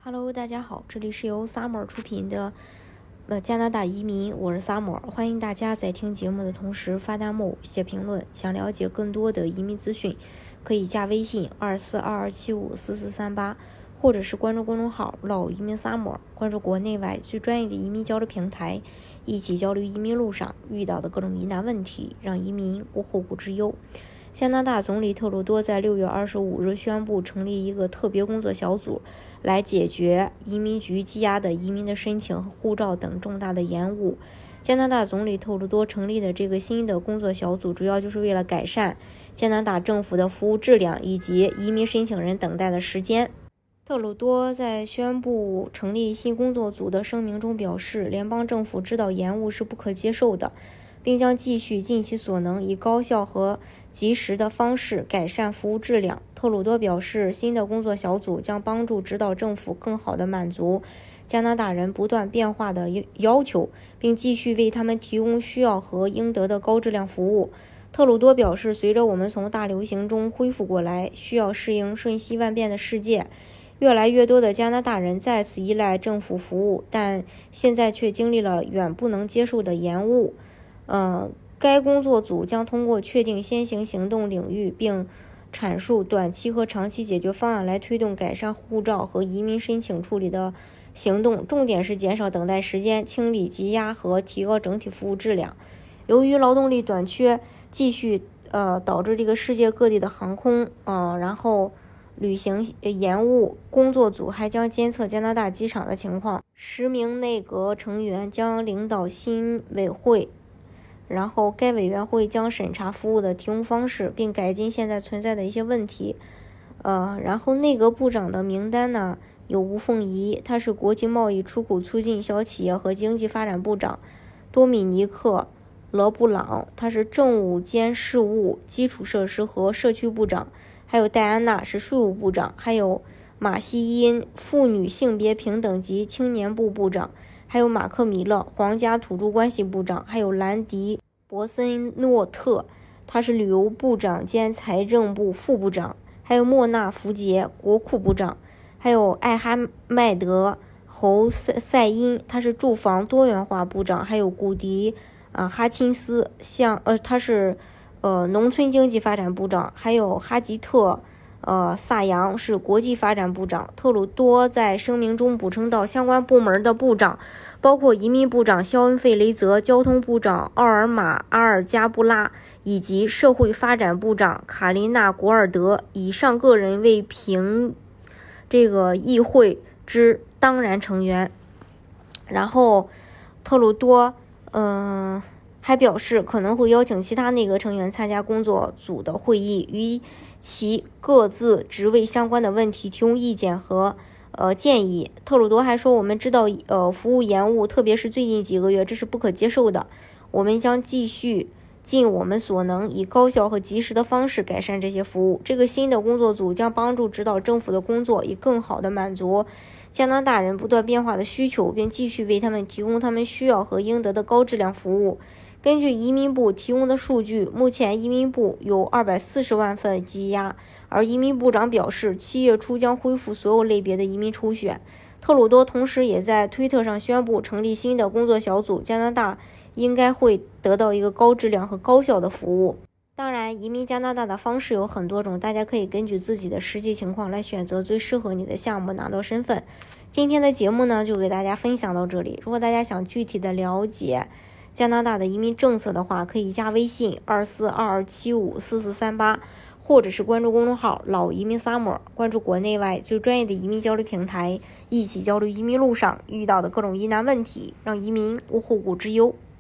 Hello，大家好，这里是由 Summer 出品的加拿大移民，我是 Summer， 欢迎大家在听节目的同时发弹幕、写评论。想了解更多的移民资讯，可以加微信2422754438，或者是关注公众号老移民 Summer， 关注国内外最专业的移民交流平台，一起交流移民路上遇到的各种疑难问题，让移民无后顾之忧。加拿大总理特鲁多在6月25日宣布成立一个特别工作小组，来解决移民局积压的移民的申请和护照等重大的延误。加拿大总理特鲁多成立的这个新的工作小组，主要就是为了改善加拿大政府的服务质量以及移民申请人等待的时间。特鲁多在宣布成立新工作组的声明中表示，联邦政府知道延误是不可接受的，并将继续尽其所能，以高效和及时的方式改善服务质量。特鲁多表示，新的工作小组将帮助指导政府更好地满足加拿大人不断变化的要求，并继续为他们提供需要和应得的高质量服务。特鲁多表示，随着我们从大流行中恢复过来，需要适应瞬息万变的世界，越来越多的加拿大人再次依赖政府服务，但现在却经历了远不能接受的延误。该工作组将通过确定先行行动领域，并阐述短期和长期解决方案来推动改善护照和移民申请处理的行动，重点是减少等待时间、清理积压和提高整体服务质量。由于劳动力短缺继续导致这个世界各地的航空然后旅行延误，工作组还将监测加拿大机场的情况。10名内阁成员将领导新委会，然后该委员会将审查服务的提供方式，并改进现在存在的一些问题。然后内阁部长的名单呢有吴凤仪，他是国际贸易出口促进小企业和经济发展部长；多米尼克·勒布朗，他是政务监事务、基础设施和社区部长；还有戴安娜是税务部长；还有马希因妇女性别平等及青年部部长；还有马克米勒皇家土著关系部长；还有兰迪博森诺特，他是旅游部长兼财政部副部长；还有莫纳福杰国库部长；还有艾哈迈德侯赛因，他是住房多元化部长；还有古迪哈钦斯他是农村经济发展部长；还有哈吉特萨扬是国际发展部长。特鲁多在声明中补充到，相关部门的部长包括移民部长肖恩·费雷泽、交通部长奥尔玛·阿尔加布拉以及社会发展部长卡琳娜·古尔德。以上个人为评这个议会之当然成员。然后特鲁多还表示可能会邀请其他内阁成员参加工作组的会议，与其各自职位相关的问题提供意见和建议。特鲁多还说，我们知道服务延误，特别是最近几个月，这是不可接受的。我们将继续尽我们所能，以高效和及时的方式改善这些服务。这个新的工作组将帮助指导政府的工作，以更好地满足加拿大人不断变化的需求，并继续为他们提供他们需要和应得的高质量服务。根据移民部提供的数据，目前移民部有240万份积压，而移民部长表示7月初将恢复所有类别的移民初选。特鲁多同时也在推特上宣布成立新的工作小组，加拿大应该会得到一个高质量和高效的服务。当然，移民加拿大的方式有很多种，大家可以根据自己的实际情况来选择最适合你的项目，拿到身份。今天的节目呢，就给大家分享到这里。如果大家想具体的了解加拿大的移民政策的话，可以加微信2422754438，或者是关注公众号老移民 Summer， 关注国内外最专业的移民交流平台，一起交流移民路上遇到的各种疑难问题，让移民无后顾之忧。